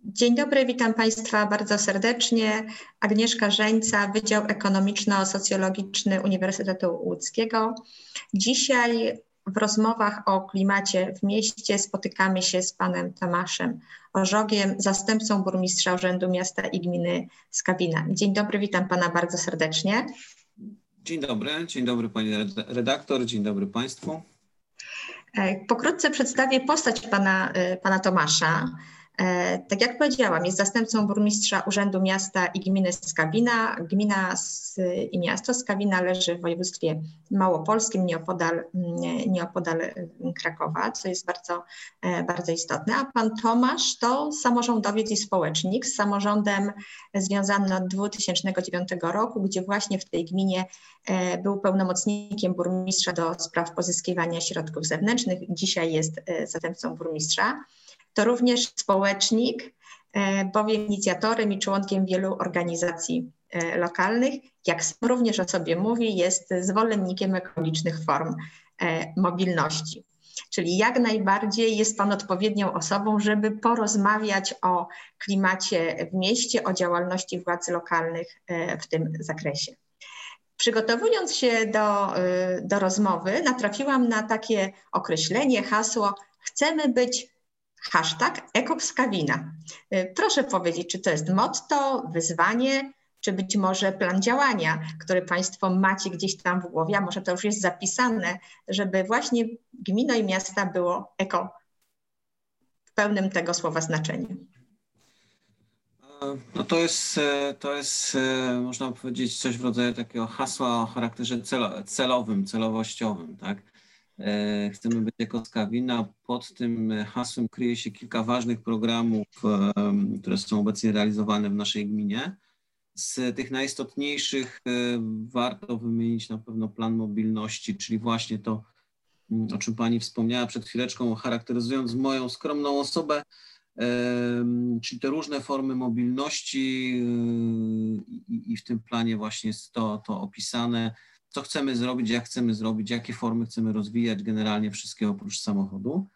Dzień dobry, witam Państwa bardzo serdecznie. Agnieszka Żeńca, Wydział Ekonomiczno-Socjologiczny Uniwersytetu Łódzkiego. Dzisiaj w rozmowach o klimacie w mieście spotykamy się z panem Tomaszem Ożogiem, zastępcą burmistrza Urzędu Miasta i Gminy Skawina. Dzień dobry, witam pana bardzo serdecznie. Dzień dobry pani redaktor, dzień dobry państwu. Pokrótce przedstawię postać pana Tomasza. Tak jak powiedziałam, jest zastępcą burmistrza Urzędu Miasta i Gminy Skawina. Gmina i miasto Skawina leży w województwie małopolskim, nieopodal Krakowa, co jest bardzo istotne. A pan Tomasz to samorządowiec i społecznik, z samorządem związany od 2009 roku, gdzie właśnie w tej gminie był pełnomocnikiem burmistrza do spraw pozyskiwania środków zewnętrznych. Dzisiaj jest zastępcą burmistrza. To również społecznik, bowiem inicjatorem i członkiem wielu organizacji lokalnych. Jak sam również o sobie mówi, jest zwolennikiem ekologicznych form mobilności. Czyli jak najbardziej jest pan odpowiednią osobą, żeby porozmawiać o klimacie w mieście, o działalności władz lokalnych w tym zakresie. Przygotowując się do rozmowy, natrafiłam na takie określenie, hasło: chcemy być #EkoSkawina. Proszę powiedzieć, czy to jest motto, wyzwanie, czy być może plan działania, który państwo macie gdzieś tam w głowie, a może to już jest zapisane, żeby właśnie gmina i miasta było eko w pełnym tego słowa znaczeniu. No to jest można powiedzieć coś w rodzaju takiego hasła o charakterze celowym, celowościowym, tak? Chcemy być EkoSkawina. Pod tym hasłem kryje się kilka ważnych programów, które są obecnie realizowane w naszej gminie. Z tych najistotniejszych warto wymienić na pewno plan mobilności, czyli właśnie to, o czym pani wspomniała przed chwileczką, charakteryzując moją skromną osobę, czyli te różne formy mobilności i w tym planie właśnie jest to opisane. Co chcemy zrobić, jak chcemy zrobić, jakie formy chcemy rozwijać, generalnie wszystkie oprócz samochodu.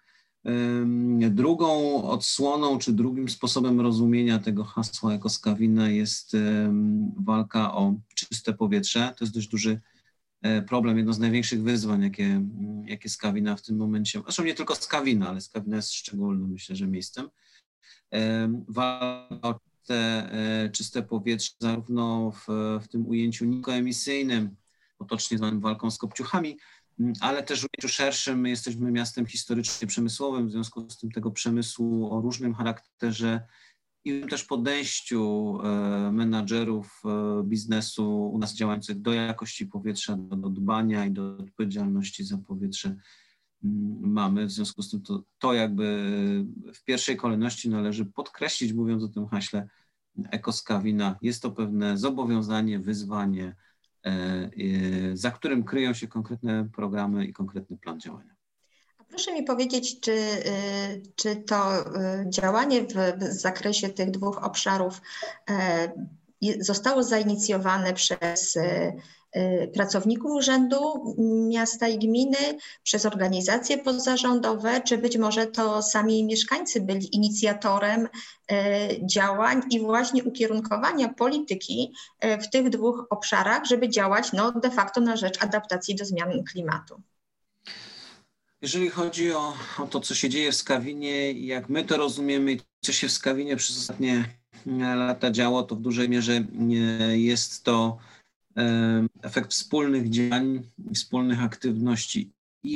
Drugą odsłoną, czy drugim sposobem rozumienia tego hasła EkoSkawina jest walka o czyste powietrze. To jest dość duży problem, jedno z największych wyzwań, jakie Skawina w tym momencie, zresztą nie tylko Skawina, ale Skawina jest szczególnym, myślę, że miejscem. Walka o te czyste powietrze zarówno w tym ujęciu niskoemisyjnym, potocznie zwanym walką z kopciuchami, ale też w ujęciu szerszym. My jesteśmy miastem historycznie przemysłowym, w związku z tym tego przemysłu o różnym charakterze i też podejściu menadżerów biznesu u nas działających do jakości powietrza, do dbania i do odpowiedzialności za powietrze mamy. W związku z tym to jakby w pierwszej kolejności należy podkreślić, mówiąc o tym haśle EkoSkawina. Jest to pewne zobowiązanie, wyzwanie, za którym kryją się konkretne programy i konkretny plan działania. A proszę mi powiedzieć, czy to działanie w zakresie tych dwóch obszarów zostało zainicjowane przez pracowników Urzędu Miasta i Gminy, przez organizacje pozarządowe, czy być może to sami mieszkańcy byli inicjatorem działań i właśnie ukierunkowania polityki w tych dwóch obszarach, żeby działać de facto na rzecz adaptacji do zmian klimatu? Jeżeli chodzi o to, co się dzieje w Skawinie i jak my to rozumiemy, co się w Skawinie przez ostatnie lata działo, to w dużej mierze jest to efekt wspólnych działań, wspólnych aktywności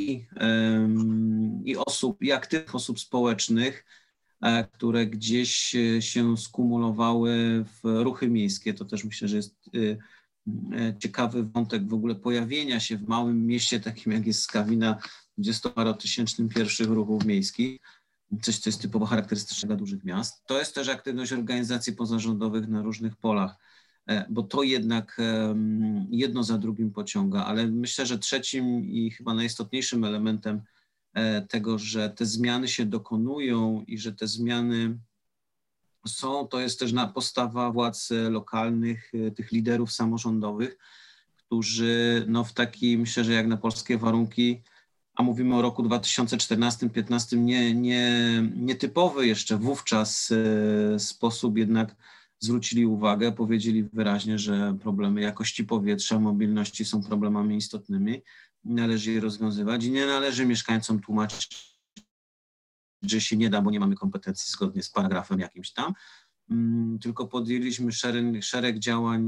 i osób, i aktywnych osób społecznych, które gdzieś się skumulowały w ruchy miejskie. To też myślę, że jest ciekawy wątek w ogóle pojawienia się w małym mieście, takim jak jest Skawina, 20-parotysięcznym pierwszych ruchów miejskich. Coś, co jest typowo charakterystyczne dla dużych miast. To jest też aktywność organizacji pozarządowych na różnych polach, bo to jednak jedno za drugim pociąga, ale myślę, że trzecim i chyba najistotniejszym elementem tego, że te zmiany się dokonują i że te zmiany są, to jest też postawa władz lokalnych, tych liderów samorządowych, którzy w taki, myślę, że jak na polskie warunki, a mówimy o roku 2014-2015, nietypowy jeszcze wówczas sposób jednak zwrócili uwagę, powiedzieli wyraźnie, że problemy jakości powietrza, mobilności są problemami istotnymi, należy je rozwiązywać i nie należy mieszkańcom tłumaczyć, że się nie da, bo nie mamy kompetencji zgodnie z paragrafem jakimś tam, tylko podjęliśmy szereg działań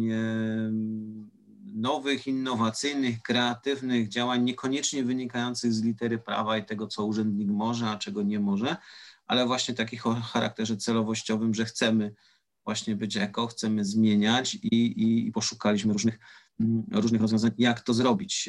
nowych, innowacyjnych, kreatywnych działań, niekoniecznie wynikających z litery prawa i tego, co urzędnik może, a czego nie może, ale właśnie takich o charakterze celowościowym, że chcemy właśnie być eko, chcemy zmieniać i poszukaliśmy różnych rozwiązań, jak to zrobić.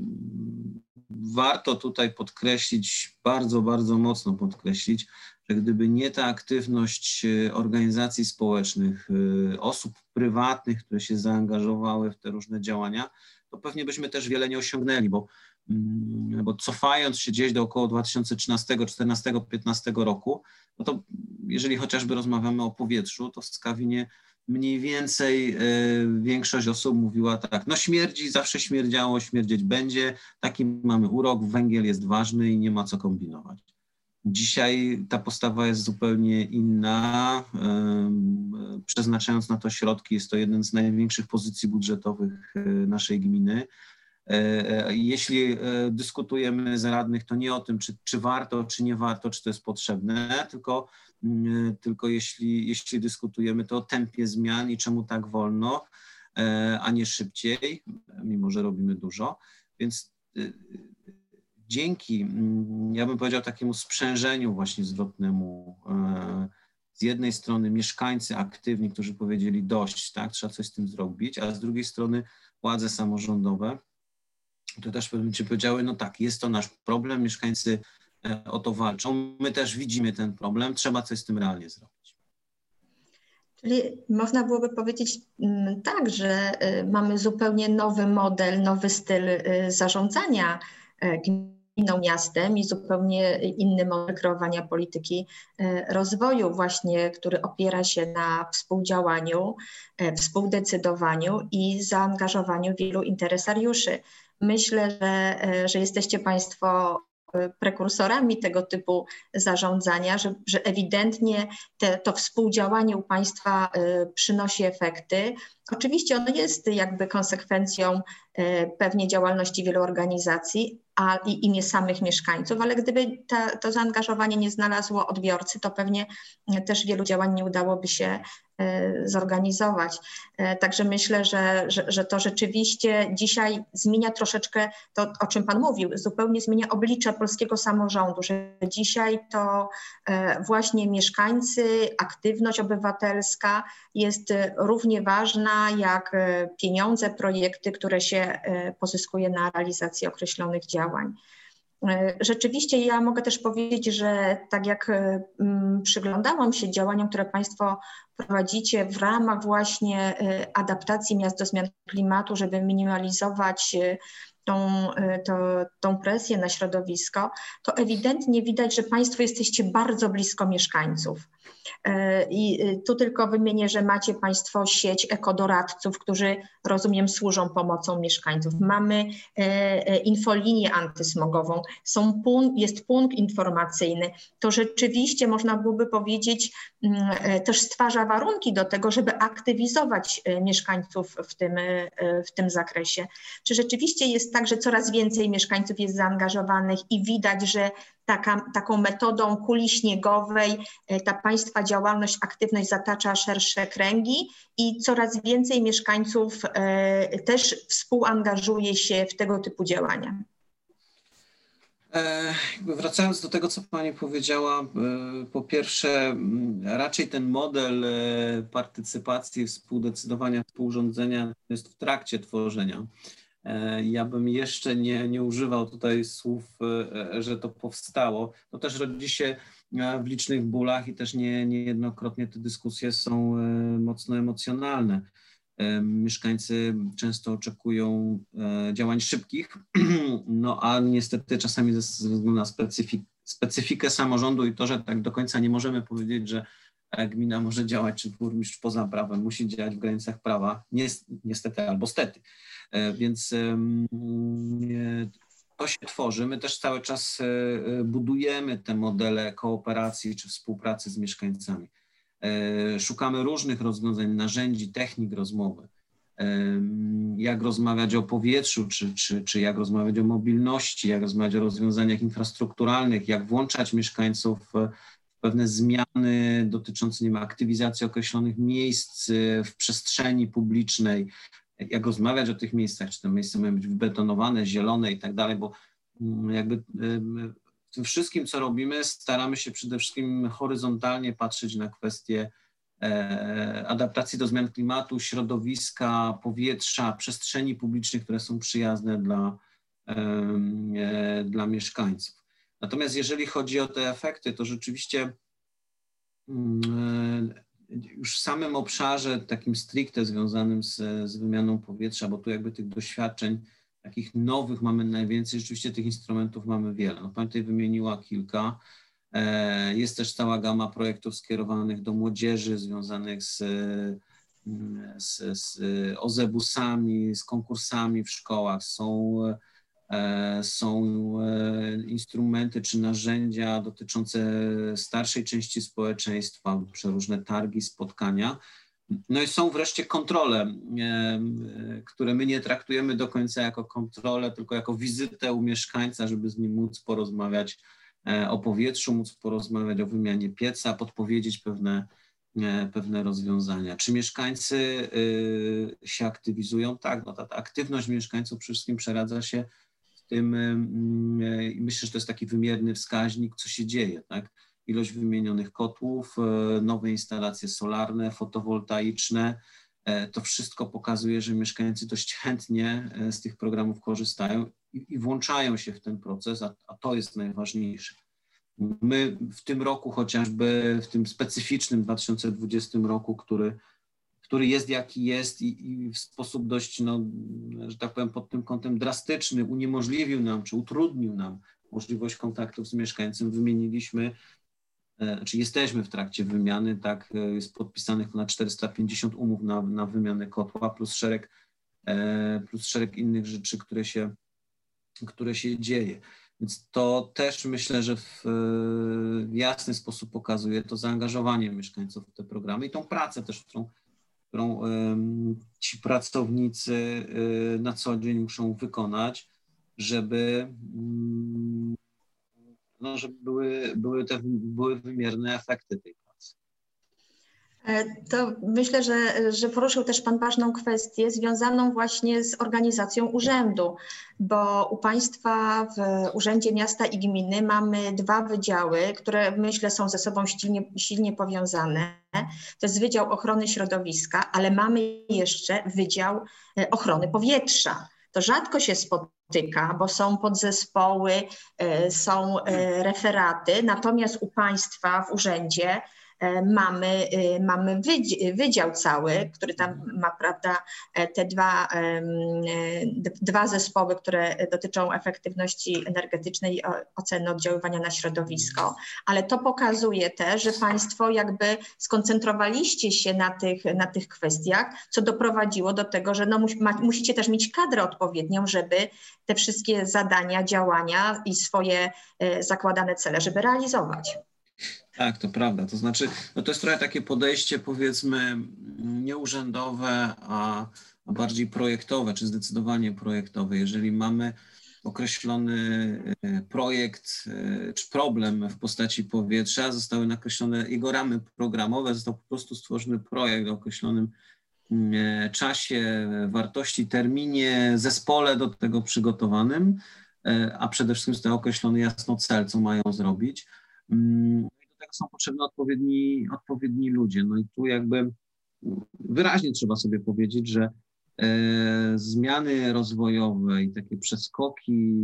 Warto tutaj podkreślić, bardzo, bardzo mocno podkreślić, że gdyby nie ta aktywność organizacji społecznych, osób prywatnych, które się zaangażowały w te różne działania, to pewnie byśmy też wiele nie osiągnęli, bo cofając się gdzieś do około 2013, 2014, 2015 roku, no to jeżeli chociażby rozmawiamy o powietrzu, to w Skawinie mniej więcej większość osób mówiła tak, no śmierdzi, zawsze śmierdziało, śmierdzieć będzie, taki mamy urok, węgiel jest ważny i nie ma co kombinować. Dzisiaj ta postawa jest zupełnie inna, przeznaczając na to środki, jest to jeden z największych pozycji budżetowych naszej gminy. Jeśli dyskutujemy z radnych, to nie o tym, czy warto, czy nie warto, czy to jest potrzebne, tylko jeśli dyskutujemy, to o tempie zmian i czemu tak wolno, a nie szybciej, mimo że robimy dużo. Więc dzięki, ja bym powiedział, takiemu sprzężeniu właśnie zwrotnemu, z jednej strony mieszkańcy aktywni, którzy powiedzieli dość, tak, trzeba coś z tym zrobić, a z drugiej strony władze samorządowe, to też w pewnym momencie powiedziały, no tak, jest to nasz problem, mieszkańcy o to walczą, my też widzimy ten problem, trzeba coś z tym realnie zrobić. Czyli można byłoby powiedzieć tak, że mamy zupełnie nowy model, nowy styl zarządzania gminą, miastem i zupełnie inny model kreowania polityki rozwoju właśnie, który opiera się na współdziałaniu, współdecydowaniu i zaangażowaniu wielu interesariuszy. Myślę, że jesteście Państwo prekursorami tego typu zarządzania, że ewidentnie to współdziałanie u Państwa przynosi efekty. Oczywiście ono jest jakby konsekwencją pewnie działalności wielu organizacji i nie samych mieszkańców, ale gdyby to zaangażowanie nie znalazło odbiorcy, to pewnie też wielu działań nie udałoby się zorganizować. Także myślę, że to rzeczywiście dzisiaj zmienia troszeczkę to, o czym Pan mówił, zupełnie zmienia oblicze polskiego samorządu, że dzisiaj to właśnie mieszkańcy, aktywność obywatelska jest równie ważna jak pieniądze, projekty, które się pozyskuje na realizację określonych działań. Rzeczywiście ja mogę też powiedzieć, że tak jak przyglądałam się działaniom, które Państwo prowadzicie w ramach właśnie adaptacji miast do zmian klimatu, żeby minimalizować tą presję na środowisko, to ewidentnie widać, że Państwo jesteście bardzo blisko mieszkańców. I tu tylko wymienię, że macie Państwo sieć ekodoradców, którzy, rozumiem, służą pomocą mieszkańców. Mamy infolinię antysmogową, jest punkt informacyjny. To rzeczywiście można byłoby powiedzieć, też stwarza warunki do tego, żeby aktywizować mieszkańców w tym zakresie. Czy rzeczywiście jest tak, że coraz więcej mieszkańców jest zaangażowanych i widać, że taką metodą kuli śniegowej ta Państwa działalność, aktywność zatacza szersze kręgi i coraz więcej mieszkańców też współangażuje się w tego typu działania? Wracając do tego, co Pani powiedziała, po pierwsze raczej ten model partycypacji, współdecydowania, współrządzenia jest w trakcie tworzenia. Ja bym jeszcze nie używał tutaj słów, że to powstało. To też rodzi się w licznych bólach i też niejednokrotnie te dyskusje są mocno emocjonalne. Mieszkańcy często oczekują działań szybkich, no a niestety czasami ze względu na specyfikę samorządu i to, że tak do końca nie możemy powiedzieć, że gmina może działać, czy burmistrz poza prawem musi działać w granicach prawa, niestety albo stety. Więc to się tworzy. My też cały czas budujemy te modele kooperacji czy współpracy z mieszkańcami. Szukamy różnych rozwiązań, narzędzi, technik rozmowy. Jak rozmawiać o powietrzu, czy jak rozmawiać o mobilności, jak rozmawiać o rozwiązaniach infrastrukturalnych, jak włączać mieszkańców w pewne zmiany dotyczące, nie wiem, aktywizacji określonych miejsc w przestrzeni publicznej, jak rozmawiać o tych miejscach, czy te miejsca mają być wybetonowane, zielone i tak dalej, bo jakby w tym wszystkim, co robimy, staramy się przede wszystkim horyzontalnie patrzeć na kwestie adaptacji do zmian klimatu, środowiska, powietrza, przestrzeni publicznych, które są przyjazne dla mieszkańców. Natomiast jeżeli chodzi o te efekty, to rzeczywiście już w samym obszarze takim stricte związanym z wymianą powietrza, bo tu jakby tych doświadczeń takich nowych mamy najwięcej, rzeczywiście tych instrumentów mamy wiele. No, pani tutaj wymieniła kilka. Jest też cała gama projektów skierowanych do młodzieży, związanych z OZE-busami, z konkursami w szkołach. Są instrumenty czy narzędzia dotyczące starszej części społeczeństwa, przeróżne targi, spotkania. No i są wreszcie kontrole, które my nie traktujemy do końca jako kontrolę, tylko jako wizytę u mieszkańca, żeby z nim móc porozmawiać o powietrzu, móc porozmawiać o wymianie pieca, podpowiedzieć pewne rozwiązania. Czy mieszkańcy się aktywizują? Tak, no ta aktywność mieszkańców przede wszystkim przeradza się w tym, i myślę, że to jest taki wymierny wskaźnik, co się dzieje, tak? Ilość wymienionych kotłów, nowe instalacje solarne, fotowoltaiczne, to wszystko pokazuje, że mieszkańcy dość chętnie z tych programów korzystają i włączają się w ten proces, a to jest najważniejsze. My w tym roku, chociażby w tym specyficznym 2020 roku, który jest jaki jest i w sposób dość, no, że tak powiem, pod tym kątem drastyczny uniemożliwił nam, czy utrudnił nam możliwość kontaktów z mieszkańcem, wymieniliśmy, czy jesteśmy w trakcie wymiany, tak, jest podpisanych ponad 450 umów na wymianę kotła, plus szereg innych rzeczy, które się dzieje. Więc to też myślę, że w jasny sposób pokazuje to zaangażowanie mieszkańców w te programy i tą pracę też, którą ci pracownicy na co dzień muszą wykonać, żeby były wymierne efekty tej pracy. To myślę, że poruszył też Pan ważną kwestię związaną właśnie z organizacją urzędu, bo u Państwa w Urzędzie Miasta i Gminy mamy 2 wydziały, które myślę są ze sobą silnie powiązane. To jest Wydział Ochrony Środowiska, ale mamy jeszcze Wydział Ochrony Powietrza. To rzadko się spotyka, bo są podzespoły, są referaty, natomiast u Państwa w urzędzie mamy wydział cały, który tam ma, prawda, te dwa zespoły, które dotyczą efektywności energetycznej i oceny oddziaływania na środowisko, ale to pokazuje też, że Państwo jakby skoncentrowaliście się na tych kwestiach, co doprowadziło do tego, że no musicie też mieć kadrę odpowiednią, żeby te wszystkie zadania, działania i swoje zakładane cele, żeby realizować. Tak, to prawda. To znaczy, no to jest trochę takie podejście, powiedzmy, nie urzędowe, a bardziej projektowe, czy zdecydowanie projektowe. Jeżeli mamy określony projekt czy problem w postaci powietrza, zostały nakreślone jego ramy programowe, został po prostu stworzony projekt o określonym czasie, wartości, terminie, zespole do tego przygotowanym, a przede wszystkim został określony jasno cel, co mają zrobić. Są potrzebne odpowiedni ludzie. No i tu jakby wyraźnie trzeba sobie powiedzieć, że zmiany rozwojowe i takie przeskoki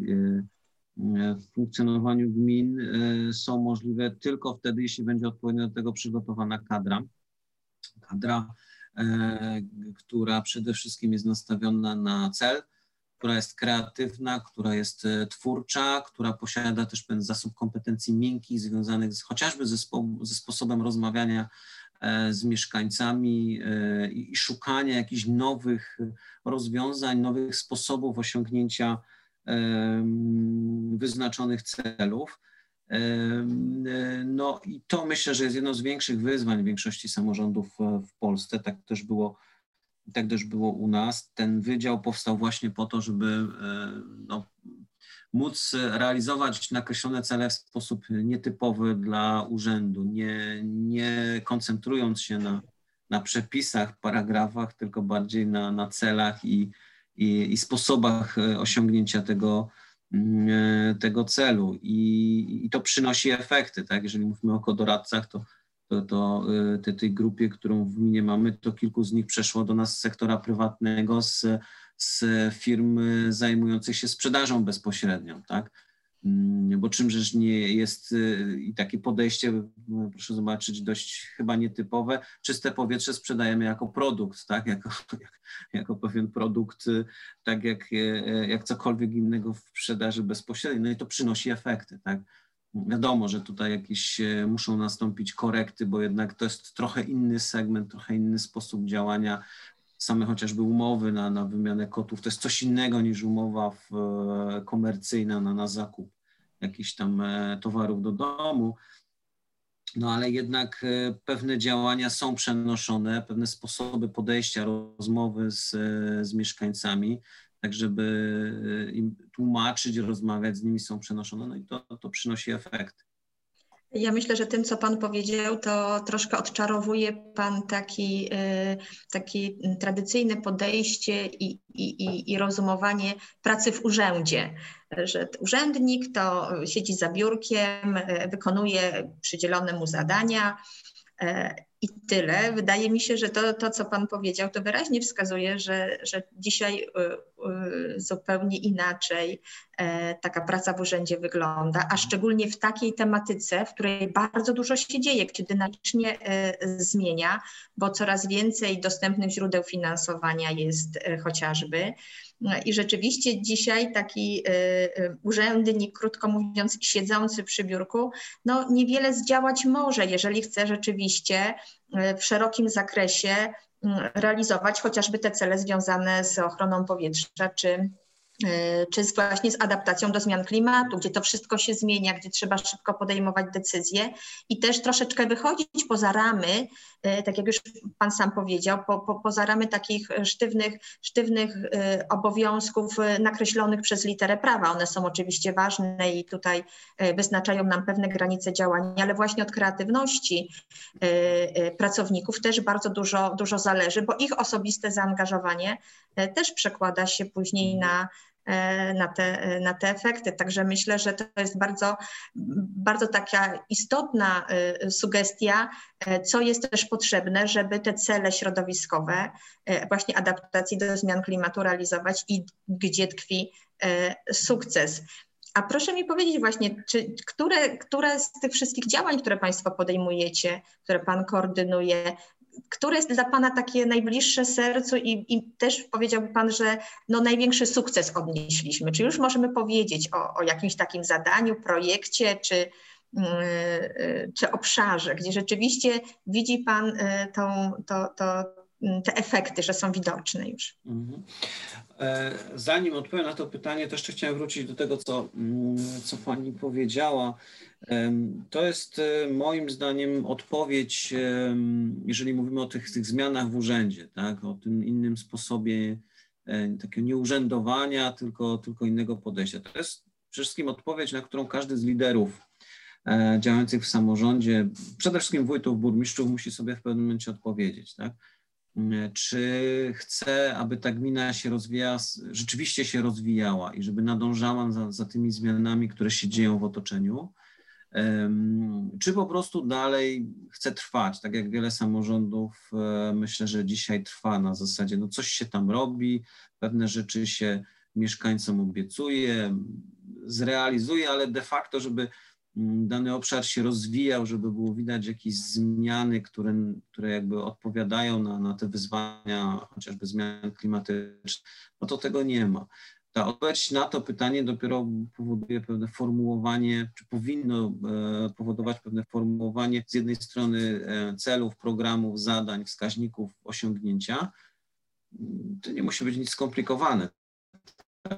w funkcjonowaniu gmin są możliwe tylko wtedy, jeśli będzie odpowiednio do tego przygotowana kadra, która przede wszystkim jest nastawiona na cel, która jest kreatywna, która jest twórcza, która posiada też pewien zasób kompetencji miękkich związanych chociażby ze sposobem rozmawiania z mieszkańcami i szukania jakichś nowych rozwiązań, nowych sposobów osiągnięcia wyznaczonych celów. No i to myślę, że jest jedno z większych wyzwań większości samorządów w Polsce. Tak też było u nas. Ten wydział powstał właśnie po to, żeby móc realizować nakreślone cele w sposób nietypowy dla urzędu, nie koncentrując się na przepisach, paragrafach, tylko bardziej na celach i sposobach osiągnięcia tego celu. I to przynosi efekty, tak? Jeżeli mówimy o kodoradcach, to tej grupie, którą w gminie mamy, to kilku z nich przeszło do nas z sektora prywatnego, z firm zajmujących się sprzedażą bezpośrednią, tak? Bo czymżeż nie jest i takie podejście, proszę zobaczyć, dość chyba nietypowe. Czyste powietrze sprzedajemy jako produkt, tak? Jako pewien produkt, tak jak cokolwiek innego w sprzedaży bezpośredniej. No i to przynosi efekty, tak? Wiadomo, że tutaj jakieś muszą nastąpić korekty, bo jednak to jest trochę inny segment, trochę inny sposób działania. Same chociażby umowy na wymianę kotłów to jest coś innego niż umowa komercyjna na zakup jakichś tam towarów do domu. No ale jednak pewne działania są przenoszone, pewne sposoby podejścia, rozmowy z mieszkańcami, tak żeby im tłumaczyć, rozmawiać z nimi są przenoszone, no i to przynosi efekt. Ja myślę, że tym, co Pan powiedział, to troszkę odczarowuje Pan takie tradycyjne podejście i rozumowanie pracy w urzędzie, że urzędnik to siedzi za biurkiem, wykonuje przydzielone mu zadania i tyle. Wydaje mi się, że to, co Pan powiedział, to wyraźnie wskazuje, że dzisiaj zupełnie inaczej taka praca w urzędzie wygląda, a szczególnie w takiej tematyce, w której bardzo dużo się dzieje, gdzie dynamicznie zmienia, bo coraz więcej dostępnych źródeł finansowania jest chociażby. I rzeczywiście dzisiaj taki urzędnik, krótko mówiąc, siedzący przy biurku, no niewiele zdziałać może, jeżeli chce rzeczywiście w szerokim zakresie realizować chociażby te cele związane z ochroną powietrza, czy właśnie z adaptacją do zmian klimatu, gdzie to wszystko się zmienia, gdzie trzeba szybko podejmować decyzje i też troszeczkę wychodzić poza ramy, tak jak już Pan sam powiedział, poza ramy takich sztywnych obowiązków nakreślonych przez literę prawa. One są oczywiście ważne i tutaj wyznaczają nam pewne granice działania, ale właśnie od kreatywności pracowników też bardzo dużo zależy, bo ich osobiste zaangażowanie też przekłada się później na te efekty. Także myślę, że to jest bardzo, bardzo taka istotna sugestia, co jest też potrzebne, żeby te cele środowiskowe, właśnie adaptacji do zmian klimatu realizować i gdzie tkwi sukces. A proszę mi powiedzieć właśnie, które z tych wszystkich działań, które Państwo podejmujecie, które Pan koordynuje, które jest dla Pana takie najbliższe sercu i też powiedziałby Pan, że no największy sukces odnieśliśmy? Czy już możemy powiedzieć o jakimś takim zadaniu, projekcie czy obszarze, gdzie rzeczywiście widzi Pan te efekty, że są widoczne już? Zanim odpowiem na to pytanie, to jeszcze chciałem wrócić do tego, co Pani powiedziała. To jest moim zdaniem odpowiedź, jeżeli mówimy o tych zmianach w urzędzie, tak? O tym innym sposobie takiego nieurzędowania, tylko innego podejścia. To jest przede wszystkim odpowiedź, na którą każdy z liderów działających w samorządzie, przede wszystkim wójtów, burmistrzów, musi sobie w pewnym momencie odpowiedzieć, tak? Czy chce, aby ta gmina się rozwijała, rzeczywiście się rozwijała i żeby nadążała za tymi zmianami, które się dzieją w otoczeniu, czy po prostu dalej chce trwać, tak jak wiele samorządów, myślę, że dzisiaj trwa na zasadzie, no coś się tam robi, pewne rzeczy się mieszkańcom obiecuje, zrealizuje, ale de facto, żeby dany obszar się rozwijał, żeby było widać jakieś zmiany, które jakby odpowiadają na te wyzwania, chociażby zmian klimatycznych, no to tego nie ma. Ta odpowiedź na to pytanie dopiero powoduje pewne formułowanie, czy powinno powodować pewne formułowanie z jednej strony celów, programów, zadań, wskaźników osiągnięcia. To nie musi być nic skomplikowane.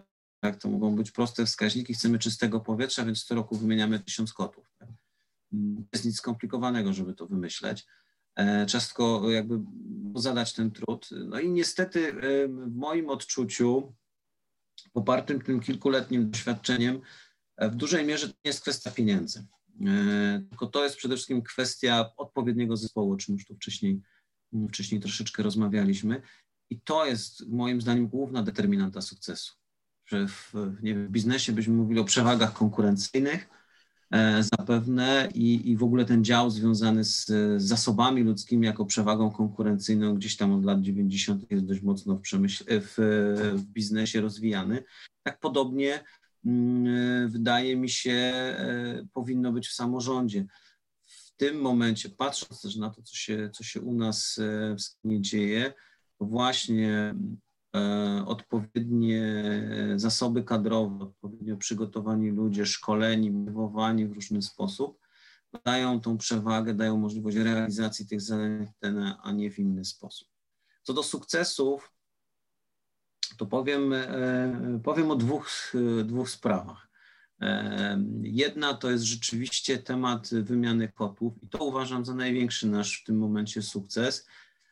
tak? To mogą być proste wskaźniki, chcemy czystego powietrza, więc co roku wymieniamy 1000 kotłów. Tak? Nie jest nic skomplikowanego, żeby to wymyśleć. Trzeba tylko jakby zadać ten trud. No i niestety w moim odczuciu, popartym tym kilkuletnim doświadczeniem, w dużej mierze to nie jest kwestia pieniędzy, tylko to jest przede wszystkim kwestia odpowiedniego zespołu, o czym już tu wcześniej troszeczkę rozmawialiśmy. I to jest moim zdaniem główna determinanta sukcesu. Że nie wiem, w biznesie byśmy mówili o przewagach konkurencyjnych zapewne i w ogóle ten dział związany z zasobami ludzkimi jako przewagą konkurencyjną gdzieś tam od lat 90. jest dość mocno w biznesie rozwijany. Tak podobnie wydaje mi się powinno być w samorządzie. W tym momencie, patrząc też na to, co się u nas dzieje, to właśnie odpowiednie zasoby kadrowe, odpowiednio przygotowani ludzie, szkoleni, motywowani w różny sposób, dają tą przewagę, dają możliwość realizacji tych zadań, a nie w inny sposób. Co do sukcesów, to powiem o dwóch sprawach. Jedna to jest rzeczywiście temat wymiany kotłów i to uważam za największy nasz w tym momencie sukces,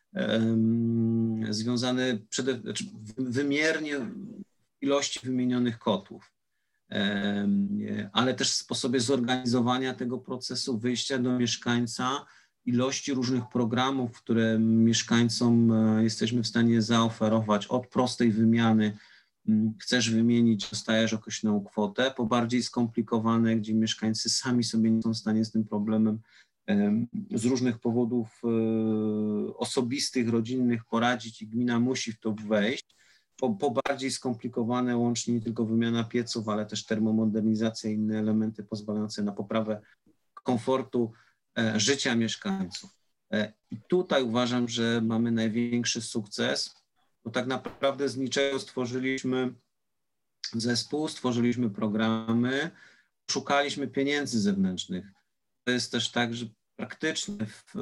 związany wymiernie w ilości wymienionych kotłów, ale też w sposobie zorganizowania tego procesu, wyjścia do mieszkańca, ilości różnych programów, które mieszkańcom jesteśmy w stanie zaoferować, od prostej wymiany, chcesz wymienić, dostajesz określoną kwotę, po bardziej skomplikowane, gdzie mieszkańcy sami sobie nie są w stanie z tym problemem z różnych powodów osobistych, rodzinnych poradzić i gmina musi w to wejść, po bardziej skomplikowane, łącznie nie tylko wymiana pieców, ale też termomodernizacja i inne elementy pozwalające na poprawę komfortu życia mieszkańców. I tutaj uważam, że mamy największy sukces, bo tak naprawdę z niczego stworzyliśmy zespół, stworzyliśmy programy, szukaliśmy pieniędzy zewnętrznych. To jest też tak, że praktycznie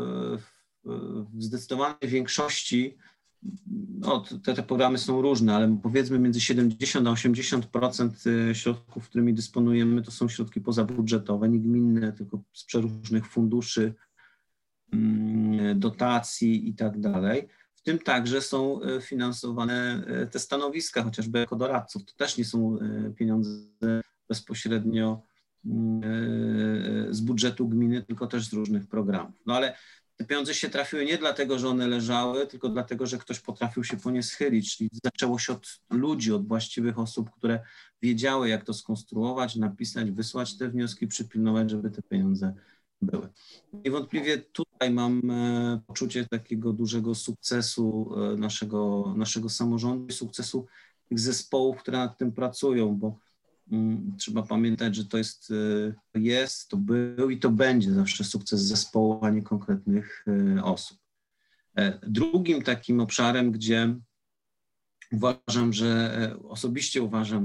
w zdecydowanej większości, no, te programy są różne, ale powiedzmy między 70 a 80% środków, którymi dysponujemy, to są środki pozabudżetowe, nie gminne, tylko z przeróżnych funduszy, dotacji i tak dalej. W tym także są finansowane te stanowiska, chociażby jako doradców. To też nie są pieniądze bezpośrednio z budżetu gminy, tylko też z różnych programów. No ale te pieniądze się trafiły nie dlatego, że one leżały, tylko dlatego, że ktoś potrafił się po nie schylić, czyli zaczęło się od ludzi, od właściwych osób, które wiedziały, jak to skonstruować, napisać, wysłać te wnioski, przypilnować, żeby te pieniądze były. Niewątpliwie tutaj mam poczucie takiego dużego sukcesu naszego samorządu, sukcesu tych zespołów, które nad tym pracują, bo trzeba pamiętać, że to był i to będzie zawsze sukces zespołu, a nie konkretnych osób. Drugim takim obszarem, gdzie osobiście uważam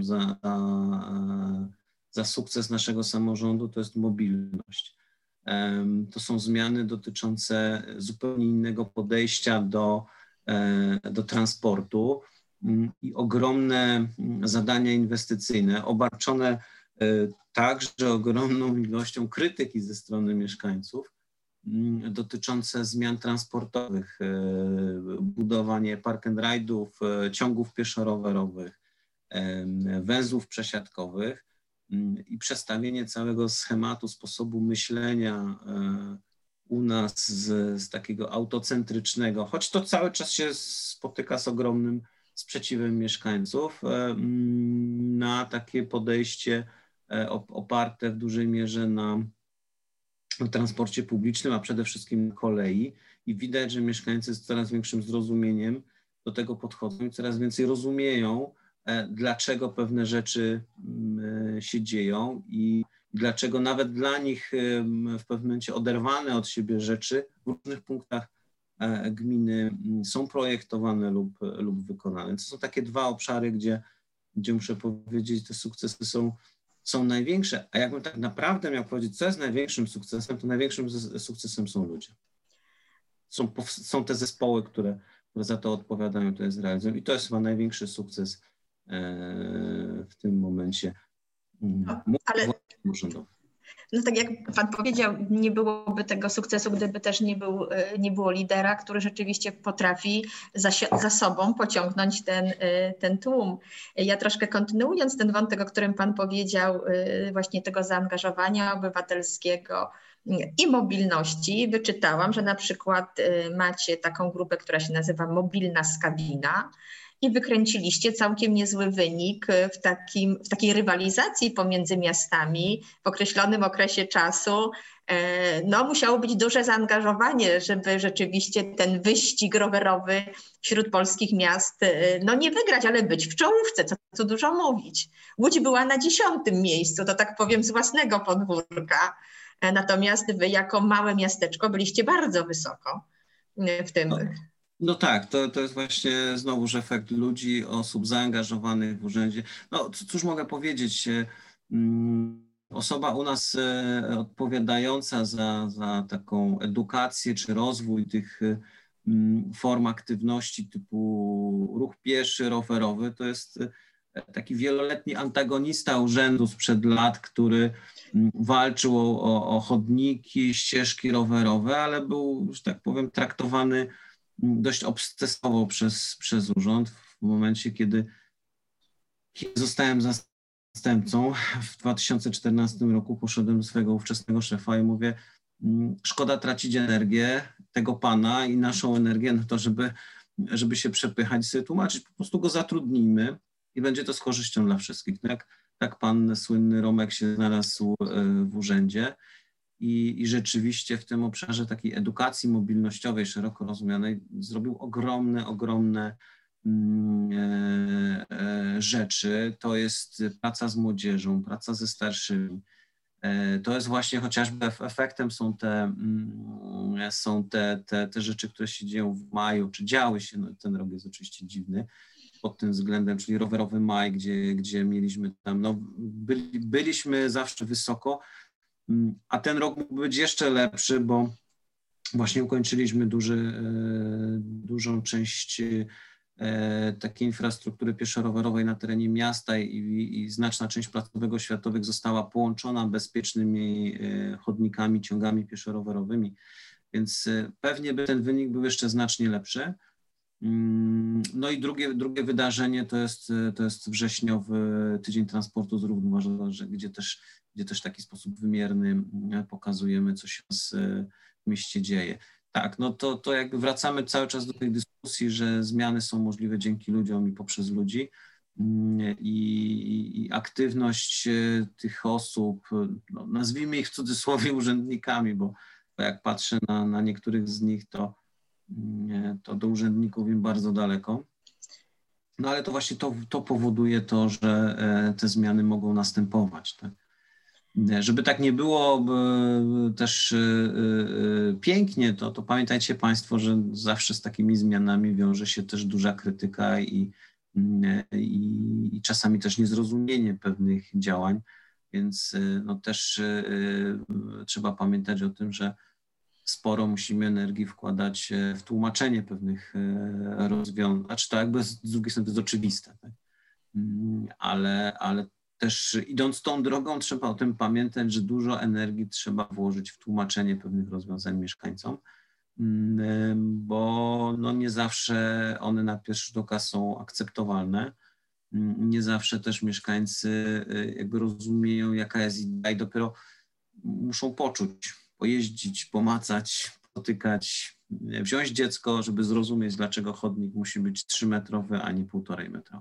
za sukces naszego samorządu, to jest mobilność. To są zmiany dotyczące zupełnie innego podejścia do transportu i ogromne zadania inwestycyjne, obarczone także ogromną ilością krytyki ze strony mieszkańców dotyczące zmian transportowych, budowanie park and ride'ów, ciągów pieszo-rowerowych, węzłów przesiadkowych i przestawienie całego schematu, sposobu myślenia u nas z takiego autocentrycznego, choć to cały czas się spotyka z ogromnym sprzeciwem mieszkańców, na takie podejście oparte w dużej mierze na transporcie publicznym, a przede wszystkim na kolei. I widać, że mieszkańcy z coraz większym zrozumieniem do tego podchodzą i coraz więcej rozumieją, dlaczego pewne rzeczy się dzieją i dlaczego nawet dla nich w pewnym momencie oderwane od siebie rzeczy w różnych punktach gminy są projektowane lub wykonane. To są takie dwa obszary, gdzie muszę powiedzieć, te sukcesy są największe. A jakbym tak naprawdę miał powiedzieć, co jest największym sukcesem, to największym sukcesem są ludzie. Są te zespoły, które za to odpowiadają, to jest realizują. I to jest chyba największy sukces w tym momencie Ale urzędowy. no tak jak pan powiedział, nie byłoby tego sukcesu, gdyby też nie było lidera, który rzeczywiście potrafi za sobą pociągnąć ten tłum. Ja troszkę kontynuując ten wątek, o którym pan powiedział, właśnie tego zaangażowania obywatelskiego i mobilności, wyczytałam, że na przykład macie taką grupę, która się nazywa Mobilna Skabina, i wykręciliście całkiem niezły wynik w takiej rywalizacji pomiędzy miastami w określonym okresie czasu. No, musiało być duże zaangażowanie, żeby rzeczywiście ten wyścig rowerowy wśród polskich miast, no nie wygrać, ale być w czołówce, co tu dużo mówić. Łódź była na 10. miejscu, to tak powiem z własnego podwórka. Natomiast wy jako małe miasteczko byliście bardzo wysoko w tym. No tak, to jest właśnie znowuż efekt ludzi, osób zaangażowanych w urzędzie. No cóż mogę powiedzieć, osoba u nas odpowiadająca za taką edukację czy rozwój tych form aktywności typu ruch pieszy, rowerowy, to jest taki wieloletni antagonista urzędu sprzed lat, który walczył o chodniki, ścieżki rowerowe, ale był, że tak powiem, traktowany dość obsesowo przez urząd. W momencie, kiedy zostałem zastępcą w 2014 roku, poszedłem do swojego ówczesnego szefa i mówię, szkoda tracić energię tego pana i naszą energię na to, żeby się przepychać i sobie tłumaczyć, po prostu go zatrudnijmy i będzie to z korzyścią dla wszystkich. No tak pan słynny Romek się znalazł w urzędzie. I rzeczywiście w tym obszarze takiej edukacji mobilnościowej, szeroko rozumianej, zrobił ogromne rzeczy. To jest praca z młodzieżą, praca ze starszymi. To jest właśnie chociażby efektem są te rzeczy, które się dzieją w maju, czy działy się, no ten rok jest oczywiście dziwny pod tym względem, czyli rowerowy maj, gdzie mieliśmy tam, no byliśmy zawsze wysoko, a ten rok mógł być jeszcze lepszy, bo właśnie ukończyliśmy dużą część takiej infrastruktury pieszo-rowerowej na terenie miasta i znaczna część plac Nowego Oświatowych została połączona bezpiecznymi chodnikami, ciągami pieszo-rowerowymi, więc pewnie by ten wynik był jeszcze znacznie lepszy. No i drugie wydarzenie to jest wrześniowy Tydzień Transportu Zrównoważonego, gdzie też w taki sposób wymierny pokazujemy, co się w mieście dzieje. Tak, no to jakby wracamy cały czas do tej dyskusji, że zmiany są możliwe dzięki ludziom i poprzez ludzi i aktywność tych osób, no nazwijmy ich w cudzysłowie urzędnikami, bo jak patrzę na niektórych z nich, to do urzędników im bardzo daleko. No ale to właśnie to powoduje to, że te zmiany mogą następować. Tak? Żeby tak nie było też pięknie, to pamiętajcie Państwo, że zawsze z takimi zmianami wiąże się też duża krytyka i czasami też niezrozumienie pewnych działań, więc no też trzeba pamiętać o tym, że sporo musimy energii wkładać w tłumaczenie pewnych rozwiązań. Znaczy to jakby z drugiej strony to jest oczywiste, tak? Ale też idąc tą drogą trzeba o tym pamiętać, że dużo energii trzeba włożyć w tłumaczenie pewnych rozwiązań mieszkańcom, bo no nie zawsze one na pierwszy rzut oka są akceptowalne. Nie zawsze też mieszkańcy jakby rozumieją, jaka jest idea i dopiero muszą poczuć, pojeździć, pomacać, potykać, wziąć dziecko, żeby zrozumieć, dlaczego chodnik musi być 3-metrowy, a nie 1,5 metra.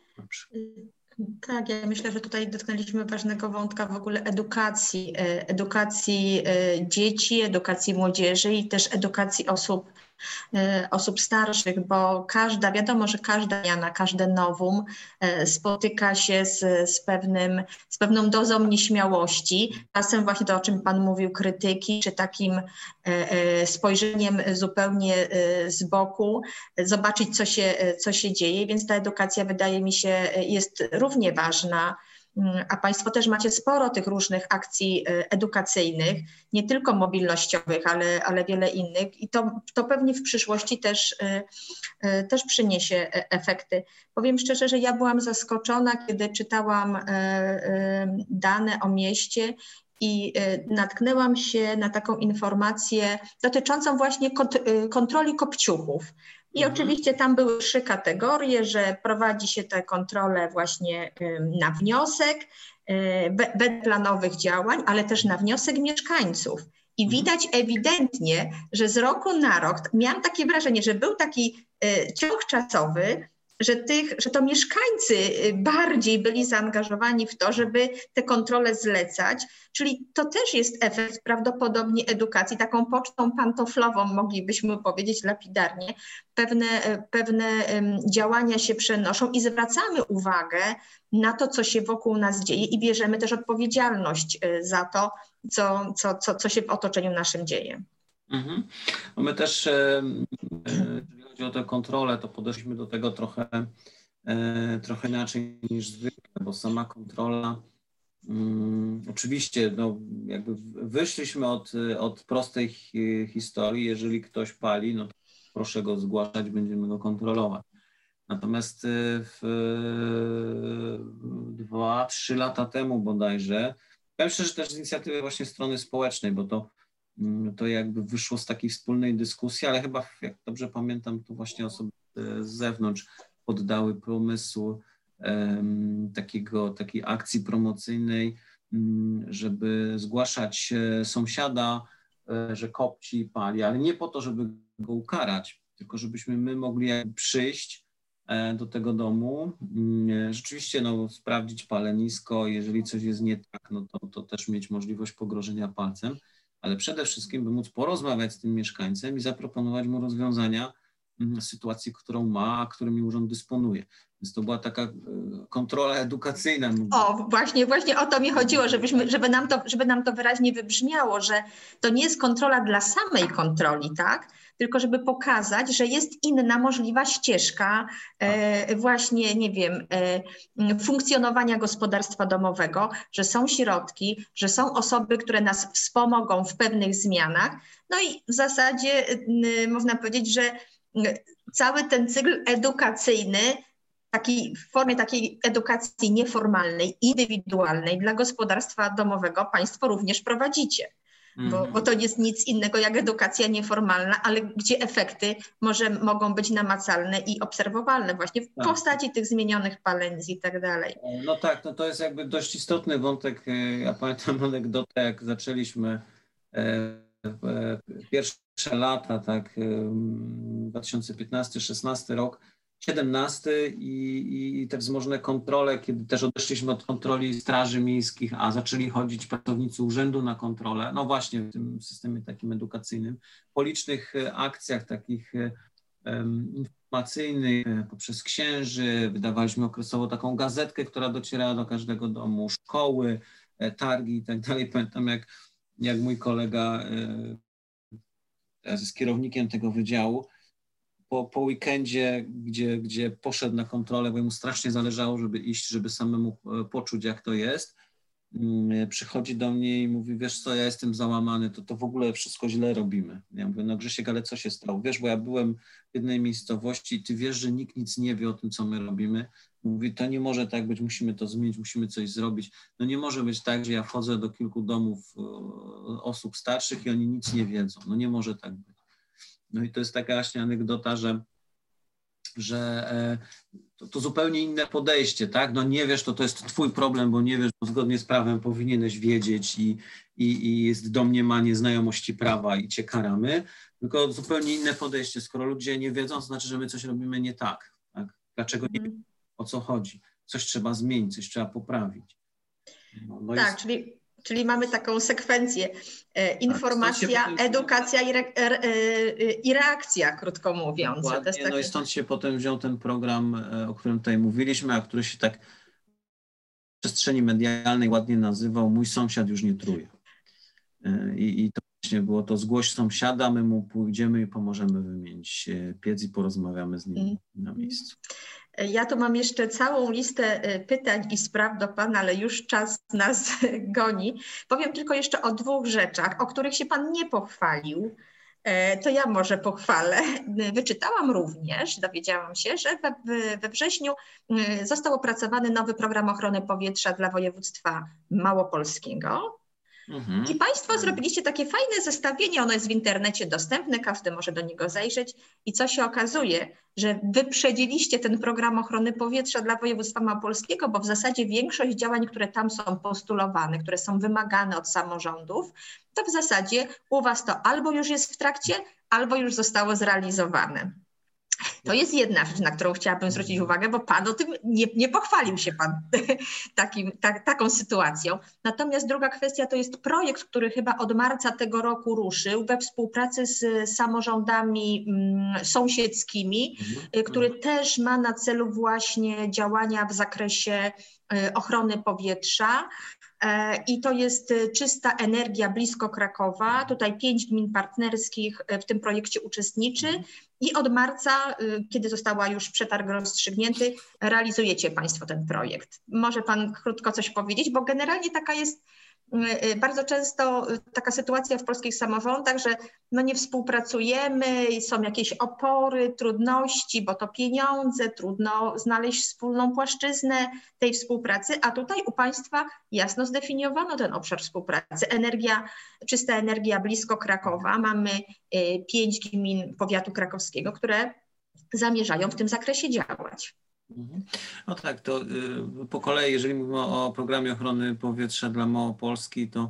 Tak, ja myślę, że tutaj dotknęliśmy ważnego wątka w ogóle edukacji dzieci, edukacji młodzieży i też edukacji osób starszych, bo wiadomo, że każda zmiana, każde nowum spotyka się z pewną dozą nieśmiałości, czasem właśnie to, o czym Pan mówił, krytyki, czy takim spojrzeniem zupełnie z boku, zobaczyć, co się dzieje, więc ta edukacja, wydaje mi się, jest równie ważna a Państwo też macie sporo tych różnych akcji edukacyjnych, nie tylko mobilnościowych, ale wiele innych i to pewnie w przyszłości też przyniesie efekty. Powiem szczerze, że ja byłam zaskoczona, kiedy czytałam dane o mieście i natknęłam się na taką informację dotyczącą właśnie kontroli kopciuchów. I oczywiście tam były 3 kategorie, że prowadzi się te kontrole właśnie na wniosek, bez planowych działań, ale też na wniosek mieszkańców. I widać ewidentnie, że z roku na rok, miałam takie wrażenie, że był taki ciąg czasowy, że to mieszkańcy bardziej byli zaangażowani w to, żeby te kontrole zlecać, czyli to też jest efekt prawdopodobnie edukacji, taką pocztą pantoflową moglibyśmy powiedzieć lapidarnie. Pewne działania się przenoszą i zwracamy uwagę na to, co się wokół nas dzieje i bierzemy też odpowiedzialność za to, co się w otoczeniu naszym dzieje. No my też, jeżeli chodzi o tę kontrolę, to podeszliśmy do tego trochę inaczej niż zwykle, bo sama kontrola, oczywiście no, jakby wyszliśmy od prostej historii, jeżeli ktoś pali, no to proszę go zgłaszać, będziemy go kontrolować. Natomiast 2-3 lata temu bodajże, powiem szczerze, też z inicjatywy właśnie strony społecznej, bo to jakby wyszło z takiej wspólnej dyskusji, ale chyba, jak dobrze pamiętam, to właśnie osoby z zewnątrz poddały pomysł takiej akcji promocyjnej, żeby zgłaszać sąsiada, że kopci i pali, ale nie po to, żeby go ukarać, tylko żebyśmy my mogli przyjść do tego domu, rzeczywiście no, sprawdzić palenisko, jeżeli coś jest nie tak, no to też mieć możliwość pogrożenia palcem, ale przede wszystkim by móc porozmawiać z tym mieszkańcem i zaproponować mu rozwiązania sytuacji, którą ma, a którymi urząd dysponuje. Więc to była taka kontrola edukacyjna. O, właśnie o to mi chodziło, żeby nam to wyraźnie wybrzmiało, że to nie jest kontrola dla samej kontroli, tak? Tylko żeby pokazać, że jest inna możliwa ścieżka właśnie, nie wiem, funkcjonowania gospodarstwa domowego, że są środki, że są osoby, które nas wspomogą w pewnych zmianach. No i w zasadzie można powiedzieć, że cały ten cykl edukacyjny w formie takiej edukacji nieformalnej, indywidualnej dla gospodarstwa domowego Państwo również prowadzicie. Bo to jest nic innego jak edukacja nieformalna, ale gdzie efekty mogą być namacalne i obserwowalne właśnie w postaci tych zmienionych palenisk i tak dalej. No tak, no to jest jakby dość istotny wątek. Ja pamiętam anegdotę, jak zaczęliśmy pierwsze lata, tak, 2015-16 rok, 17 i te wzmożone kontrole, kiedy też odeszliśmy od kontroli straży miejskich, a zaczęli chodzić pracownicy urzędu na kontrolę, no właśnie w tym systemie takim edukacyjnym, po licznych akcjach takich informacyjnych poprzez księży, wydawaliśmy okresowo taką gazetkę, która docierała do każdego domu, szkoły, targi i tak dalej. Pamiętam jak mój kolega jest kierownikiem tego wydziału, po weekendzie, gdzie poszedł na kontrolę, bo mu strasznie zależało, żeby iść, żeby samemu poczuć, jak to jest, przychodzi do mnie i mówi, wiesz co, ja jestem załamany, to w ogóle wszystko źle robimy. Ja mówię, no Grzesiek, ale co się stało? Wiesz, bo ja byłem w jednej miejscowości i ty wiesz, że nikt nic nie wie o tym, co my robimy. Mówi, to nie może tak być, musimy to zmienić, musimy coś zrobić. No nie może być tak, że ja wchodzę do kilku domów osób starszych i oni nic nie wiedzą. No nie może tak być. No i to jest taka właśnie anegdota, że to zupełnie inne podejście, tak? No nie wiesz, to jest twój problem, bo nie wiesz, bo zgodnie z prawem powinieneś wiedzieć i jest domniemanie znajomości prawa i cię karamy, tylko zupełnie inne podejście. Skoro ludzie nie wiedzą, to znaczy, że my coś robimy nie tak. Dlaczego nie wiedzą, o co chodzi? Coś trzeba zmienić, coś trzeba poprawić. No tak, czyli mamy taką sekwencję informacja, edukacja i reakcja, krótko mówiąc. Dokładnie, to jest no i stąd się potem wziął ten program, o którym tutaj mówiliśmy, a który się tak w przestrzeni medialnej ładnie nazywał Mój sąsiad już nie truje. I to właśnie było to zgłoś sąsiada, my mu pójdziemy i pomożemy wymienić piec i porozmawiamy z nim na miejscu. Ja tu mam jeszcze całą listę pytań i spraw do Pana, ale już czas nas goni. Powiem tylko jeszcze o 2 rzeczach, o których się Pan nie pochwalił. To ja może pochwalę. Wyczytałam również, dowiedziałam się, że we wrześniu został opracowany nowy program ochrony powietrza dla województwa małopolskiego. I Państwo zrobiliście takie fajne zestawienie, ono jest w internecie dostępne, każdy może do niego zajrzeć. I co się okazuje, że wyprzedziliście ten program ochrony powietrza dla województwa małopolskiego, bo w zasadzie większość działań, które tam są postulowane, które są wymagane od samorządów, to w zasadzie u Was to albo już jest w trakcie, albo już zostało zrealizowane. To jest jedna rzecz, na którą chciałabym zwrócić uwagę, bo Pan o tym nie pochwalił się Pan taką sytuacją. Natomiast druga kwestia to jest projekt, który chyba od marca tego roku ruszył we współpracy z samorządami sąsiedzkimi, który też ma na celu właśnie działania w zakresie ochrony powietrza. I to jest czysta energia blisko Krakowa. Tutaj 5 gmin partnerskich w tym projekcie uczestniczy i od marca, kiedy została już przetarg rozstrzygnięty, realizujecie Państwo ten projekt. Może Pan krótko coś powiedzieć, bo generalnie taka jest bardzo często taka sytuacja w polskich samorządach, że no nie współpracujemy, są jakieś opory, trudności, bo to pieniądze, trudno znaleźć wspólną płaszczyznę tej współpracy, a tutaj u Państwa jasno zdefiniowano ten obszar współpracy. Czysta energia blisko Krakowa. Mamy 5 gmin powiatu krakowskiego, które zamierzają w tym zakresie działać. No tak, to po kolei, jeżeli mówimy o programie ochrony powietrza dla Małopolski, to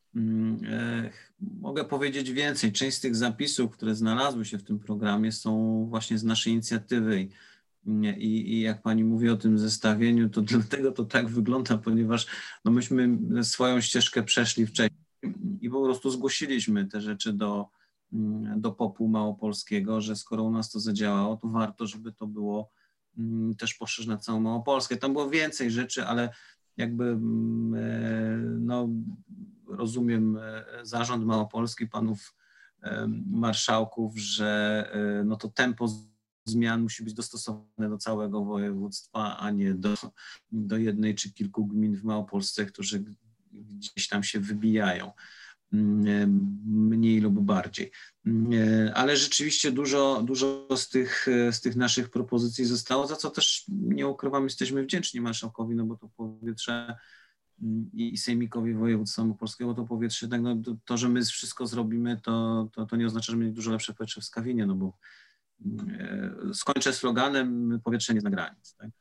mogę powiedzieć więcej. Część z tych zapisów, które znalazły się w tym programie, są właśnie z naszej inicjatywy. I jak Pani mówi o tym zestawieniu, to dlatego to tak wygląda, ponieważ no myśmy swoją ścieżkę przeszli wcześniej i po prostu zgłosiliśmy te rzeczy do POP-u małopolskiego, że skoro u nas to zadziałało, to warto, żeby to było też poszerzyć na całą Małopolskę. Tam było więcej rzeczy, ale jakby no, rozumiem zarząd małopolski, panów marszałków, że no to tempo zmian musi być dostosowane do całego województwa, a nie do jednej czy kilku gmin w Małopolsce, którzy gdzieś tam się wybijają mniej lub bardziej. Ale rzeczywiście dużo z tych naszych propozycji zostało, za co też nie ukrywam, jesteśmy wdzięczni marszałkowi, no bo to powietrze i sejmikowi województwa małopolskiego, to powietrze, tak, no, to, że my wszystko zrobimy, to nie oznacza, że będzie dużo lepsze powietrze w Skawinie, no bo skończę sloganem powietrze nie zna granic, tak?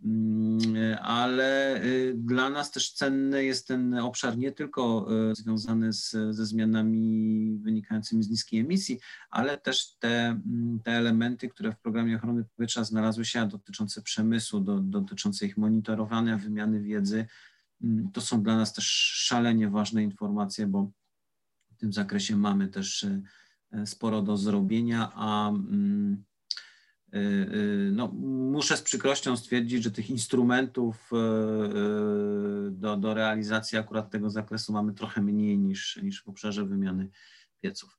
Ale dla nas też cenny jest ten obszar nie tylko związany ze zmianami wynikającymi z niskiej emisji, ale też te elementy, które w programie ochrony powietrza znalazły się, dotyczące przemysłu, dotyczące ich monitorowania, wymiany wiedzy. To są dla nas też szalenie ważne informacje, bo w tym zakresie mamy też sporo do zrobienia, a no, muszę z przykrością stwierdzić, że tych instrumentów do realizacji akurat tego zakresu mamy trochę mniej niż w obszarze wymiany pieców.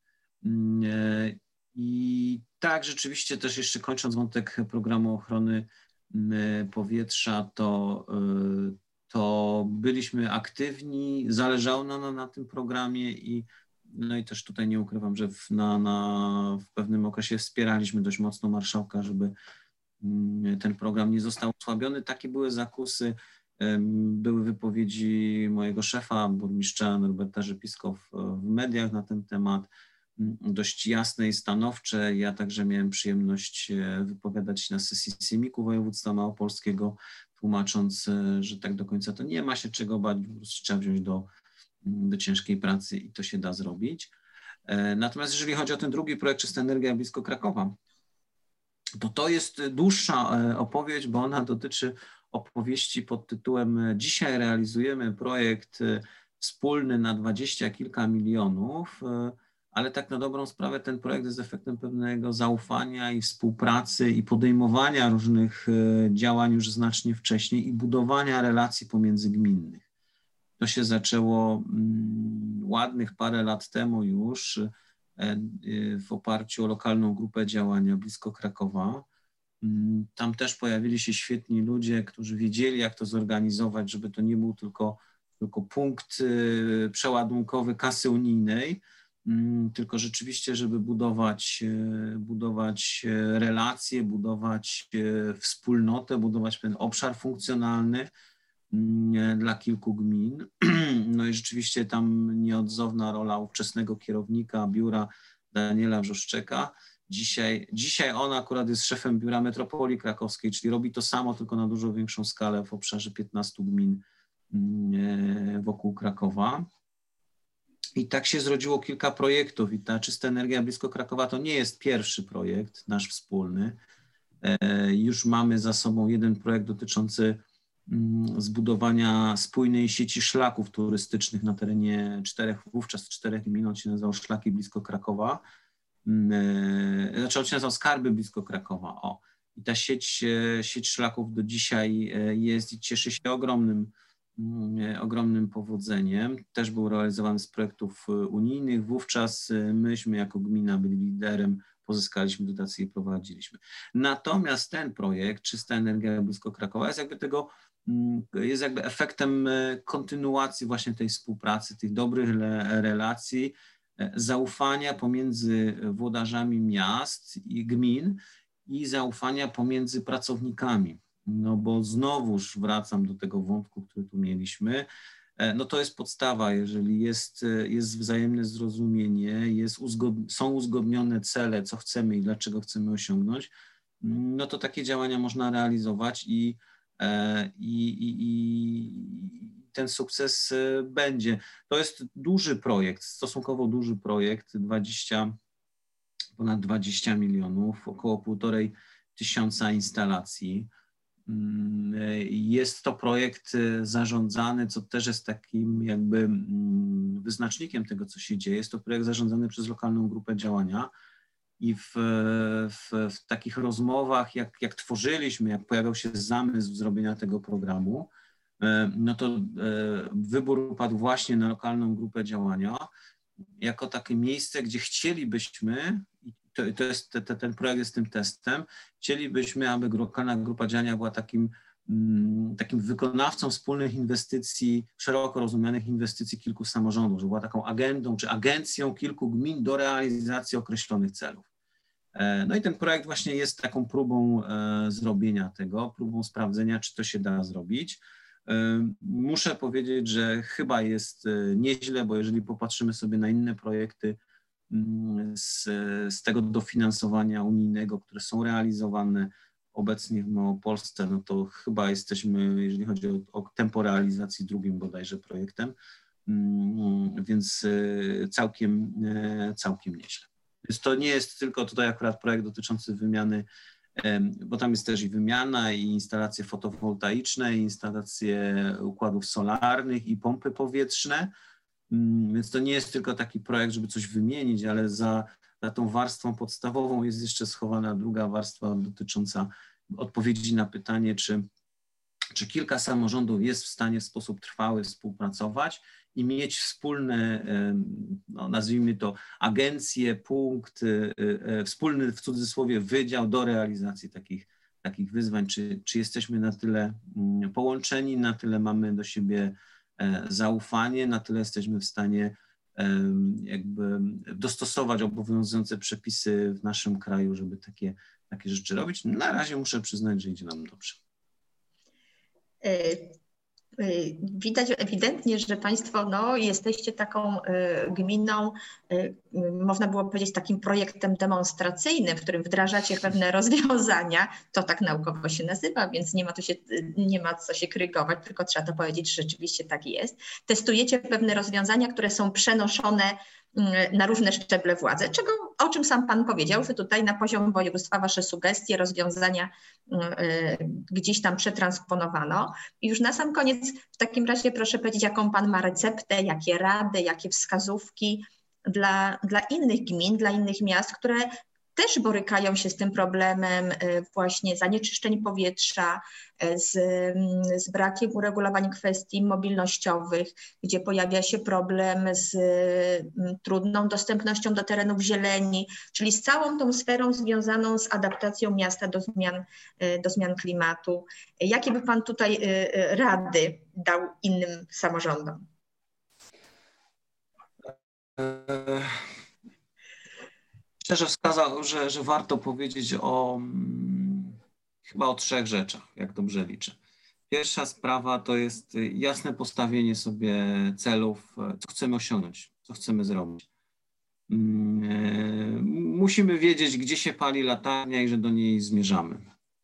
I tak, rzeczywiście też jeszcze kończąc wątek programu ochrony powietrza, to byliśmy aktywni, zależało nam na tym programie i no i też tutaj nie ukrywam, że w pewnym okresie wspieraliśmy dość mocno marszałka, żeby ten program nie został osłabiony. Takie były zakusy, były wypowiedzi mojego szefa, burmistrza Norberta Rzepisko w mediach na ten temat, dość jasne i stanowcze. Ja także miałem przyjemność wypowiadać się na sesji sejmiku województwa małopolskiego, tłumacząc, że tak do końca to nie ma się czego bać, po prostu trzeba wziąć do ciężkiej pracy i to się da zrobić. Natomiast jeżeli chodzi o ten drugi projekt Czysta Energia blisko Krakowa, to jest dłuższa opowieść, bo ona dotyczy opowieści pod tytułem Dzisiaj realizujemy projekt wspólny na 20 kilka milionów, ale tak na dobrą sprawę ten projekt jest efektem pewnego zaufania i współpracy i podejmowania różnych działań już znacznie wcześniej i budowania relacji pomiędzygminnych. To się zaczęło ładnych parę lat temu już w oparciu o lokalną grupę działania blisko Krakowa. Tam też pojawili się świetni ludzie, którzy wiedzieli, jak to zorganizować, żeby to nie był tylko punkt przeładunkowy kasy unijnej, tylko rzeczywiście, żeby budować relacje, budować wspólnotę, budować pewien obszar funkcjonalny dla kilku gmin. No i rzeczywiście tam nieodzowna rola ówczesnego kierownika biura Daniela Wrzoszczeka. Dzisiaj on akurat jest szefem biura Metropolii Krakowskiej, czyli robi to samo, tylko na dużo większą skalę w obszarze 15 gmin wokół Krakowa. I tak się zrodziło kilka projektów i ta Czysta Energia blisko Krakowa to nie jest pierwszy projekt nasz wspólny. Już mamy za sobą jeden projekt dotyczący zbudowania spójnej sieci szlaków turystycznych na terenie wówczas czterech gmin. On się nazywał Szlaki blisko Krakowa. Znaczy on się nazywał Skarby blisko Krakowa. I ta sieć szlaków do dzisiaj jest i cieszy się ogromnym powodzeniem. Też był realizowany z projektów unijnych. Wówczas myśmy jako gmina byli liderem, pozyskaliśmy dotacje i prowadziliśmy. Natomiast ten projekt Czysta Energia blisko Krakowa jest jakby efektem kontynuacji właśnie tej współpracy, tych dobrych relacji, zaufania pomiędzy włodarzami miast i gmin i zaufania pomiędzy pracownikami. No bo znowuż wracam do tego wątku, który tu mieliśmy, no to jest podstawa, jeżeli jest wzajemne zrozumienie, są uzgodnione cele, co chcemy i dlaczego chcemy osiągnąć, no to takie działania można realizować i ten sukces będzie. To jest duży projekt, stosunkowo duży projekt, ponad 20 milionów, około 1,5 tysiąca instalacji. Jest to projekt zarządzany, co też jest takim jakby wyznacznikiem tego, co się dzieje. Jest to projekt zarządzany przez lokalną grupę działania i w takich rozmowach, jak tworzyliśmy, jak pojawiał się zamysł zrobienia tego programu, no to wybór padł właśnie na lokalną grupę działania jako takie miejsce, gdzie chcielibyśmy, ten projekt jest tym testem, chcielibyśmy, aby lokalna grupa działania była takim wykonawcą wspólnych inwestycji, szeroko rozumianych inwestycji kilku samorządów, że była taką agendą czy agencją kilku gmin do realizacji określonych celów. No i ten projekt właśnie jest taką próbą zrobienia tego, próbą sprawdzenia, czy to się da zrobić. Muszę powiedzieć, że chyba jest nieźle, bo jeżeli popatrzymy sobie na inne projekty z tego dofinansowania unijnego, które są realizowane obecnie w Małopolsce, no to chyba jesteśmy, jeżeli chodzi o tempo realizacji, drugim bodajże projektem, więc całkiem nieźle. Więc to nie jest tylko tutaj akurat projekt dotyczący wymiany, bo tam jest też i wymiana, i instalacje fotowoltaiczne, i instalacje układów solarnych, i pompy powietrzne, więc to nie jest tylko taki projekt, żeby coś wymienić, ale za tą warstwą podstawową jest jeszcze schowana druga warstwa dotycząca odpowiedzi na pytanie, czy kilka samorządów jest w stanie w sposób trwały współpracować i mieć wspólne, no nazwijmy to, agencje, punkt, wspólny w cudzysłowie wydział do realizacji takich wyzwań, czy jesteśmy na tyle połączeni, na tyle mamy do siebie zaufanie, na tyle jesteśmy w stanie jakby dostosować obowiązujące przepisy w naszym kraju, żeby takie rzeczy robić. Na razie muszę przyznać, że idzie nam dobrze. Widać ewidentnie, że Państwo jesteście taką gminą, można było powiedzieć takim projektem demonstracyjnym, w którym wdrażacie pewne rozwiązania. To tak naukowo się nazywa, więc nie ma co się krygować, tylko trzeba to powiedzieć, że rzeczywiście tak jest. Testujecie pewne rozwiązania, które są przenoszone na różne szczeble władzy, o czym sam Pan powiedział, że tutaj na poziom województwa Wasze sugestie, rozwiązania gdzieś tam przetransponowano. I już na sam koniec w takim razie proszę powiedzieć, jaką Pan ma receptę, jakie rady, jakie wskazówki dla innych gmin, dla innych miast, które też borykają się z tym problemem właśnie zanieczyszczeń powietrza, z brakiem uregulowań kwestii mobilnościowych, gdzie pojawia się problem z trudną dostępnością do terenów zieleni, czyli z całą tą sferą związaną z adaptacją miasta do zmian klimatu. Jakie by Pan tutaj rady dał innym samorządom? Szczerze wskazał, że warto powiedzieć chyba o 3 rzeczach, jak dobrze liczę. Pierwsza sprawa to jest jasne postawienie sobie celów, co chcemy osiągnąć, co chcemy zrobić. Musimy wiedzieć, gdzie się pali latarnia i że do niej zmierzamy.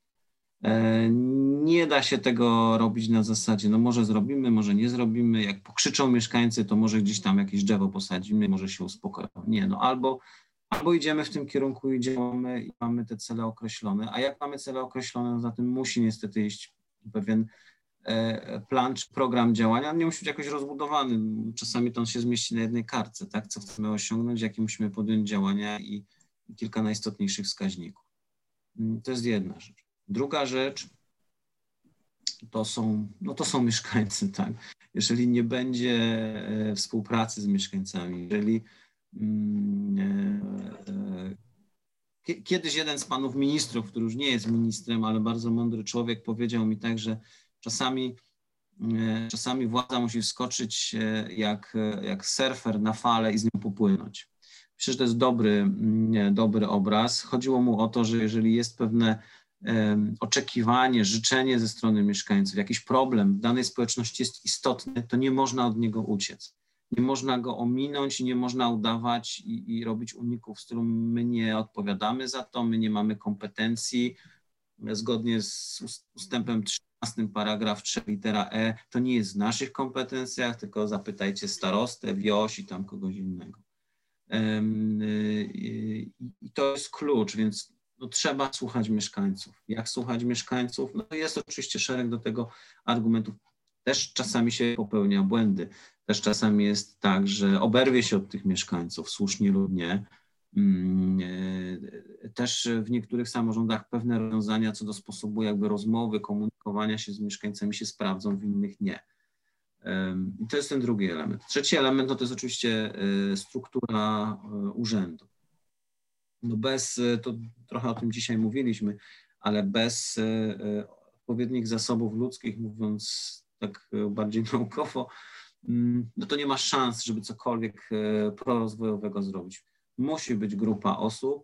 Nie da się tego robić na zasadzie, no może zrobimy, może nie zrobimy. Jak pokrzyczą mieszkańcy, to może gdzieś tam jakieś drzewo posadzimy, może się uspokoją. Nie, no albo idziemy w tym kierunku i działamy i mamy te cele określone, a jak mamy cele określone, no za tym musi niestety iść pewien plan czy program działania. On nie musi być jakoś rozbudowany. Czasami to on się zmieści na jednej kartce, tak? Co chcemy osiągnąć, jakie musimy podjąć działania i kilka najistotniejszych wskaźników. To jest jedna rzecz. Druga rzecz to są mieszkańcy, tak? Jeżeli nie będzie współpracy z mieszkańcami, jeżeli kiedyś jeden z panów ministrów, który już nie jest ministrem, ale bardzo mądry człowiek, powiedział mi tak, że czasami władza musi wskoczyć jak surfer na falę i z nią popłynąć. Myślę, że to jest dobry obraz. Chodziło mu o to, że jeżeli jest pewne oczekiwanie, życzenie ze strony mieszkańców, jakiś problem w danej społeczności jest istotny, to nie można od niego uciec. Nie można go ominąć i nie można udawać i robić uników, w stylu my nie odpowiadamy za to, my nie mamy kompetencji. Zgodnie z ustępem 13 paragraf 3 litera E, to nie jest w naszych kompetencjach, tylko zapytajcie starostę, wioś i tam kogoś innego. I to jest klucz, więc no, trzeba słuchać mieszkańców. Jak słuchać mieszkańców? No jest oczywiście szereg do tego argumentów. Też czasami się popełnia błędy. Też czasami jest tak, że oberwie się od tych mieszkańców, słusznie lub nie. Też w niektórych samorządach pewne rozwiązania co do sposobu jakby rozmowy, komunikowania się z mieszkańcami się sprawdzą, w innych nie. I to jest ten drugi element. Trzeci element no to jest oczywiście struktura urzędu. No to trochę o tym dzisiaj mówiliśmy, ale bez odpowiednich zasobów ludzkich, mówiąc tak bardziej naukowo, no to nie ma szans, żeby cokolwiek prorozwojowego zrobić. Musi być grupa osób,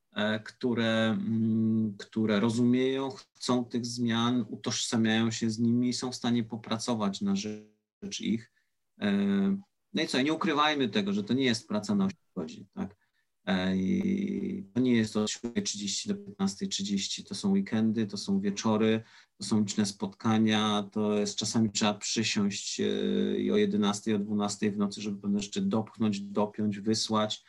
które rozumieją, chcą tych zmian, utożsamiają się z nimi i są w stanie popracować na rzecz ich. No i co, nie ukrywajmy tego, że to nie jest praca na 8 godzin, tak? I to nie jest od 7:30 do 15:30, to są weekendy, to są wieczory, to są liczne spotkania, to jest czasami trzeba przysiąść i o 11, o 12 w nocy, żeby pewne rzeczy dopchnąć, dopiąć, wysłać,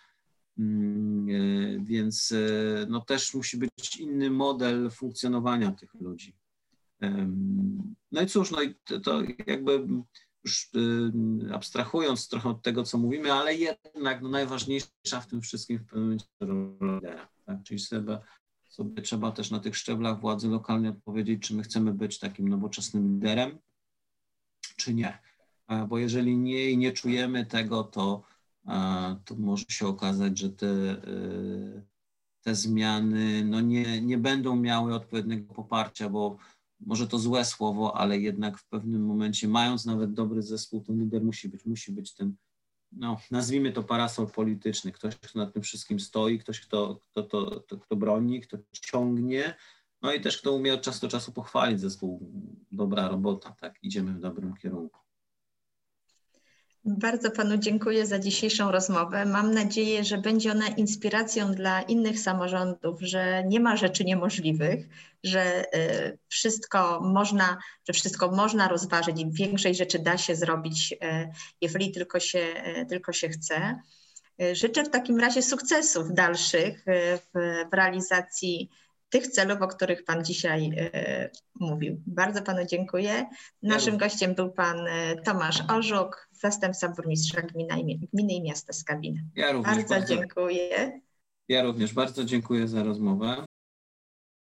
więc no też musi być inny model funkcjonowania tych ludzi. No i cóż, no i to jakby już abstrahując trochę od tego, co mówimy, ale jednak no najważniejsza w tym wszystkim w pewnym momencie rola lidera, tak? Czyli sobie trzeba też na tych szczeblach władzy lokalnej odpowiedzieć, czy my chcemy być takim nowoczesnym liderem, czy nie. Bo jeżeli nie i nie czujemy tego, to może się okazać, że te zmiany no nie będą miały odpowiedniego poparcia, bo może to złe słowo, ale jednak w pewnym momencie, mając nawet dobry zespół, ten lider musi być ten, no nazwijmy to parasol polityczny, ktoś, kto nad tym wszystkim stoi, ktoś, kto broni, kto ciągnie, no i też kto umie od czasu do czasu pochwalić zespół, dobra robota, tak, idziemy w dobrym kierunku. Bardzo Panu dziękuję za dzisiejszą rozmowę. Mam nadzieję, że będzie ona inspiracją dla innych samorządów, że nie ma rzeczy niemożliwych, że wszystko można rozważyć i większej rzeczy da się zrobić, jeżeli tylko się chce. Życzę w takim razie sukcesów dalszych w realizacji tych celów, o których Pan dzisiaj mówił. Bardzo Panu dziękuję. Naszym gościem był Pan Tomasz Orzuk, zastępca burmistrza gminy i miasta Skabina. Ja również Bardzo dziękuję. Ja również bardzo dziękuję za rozmowę.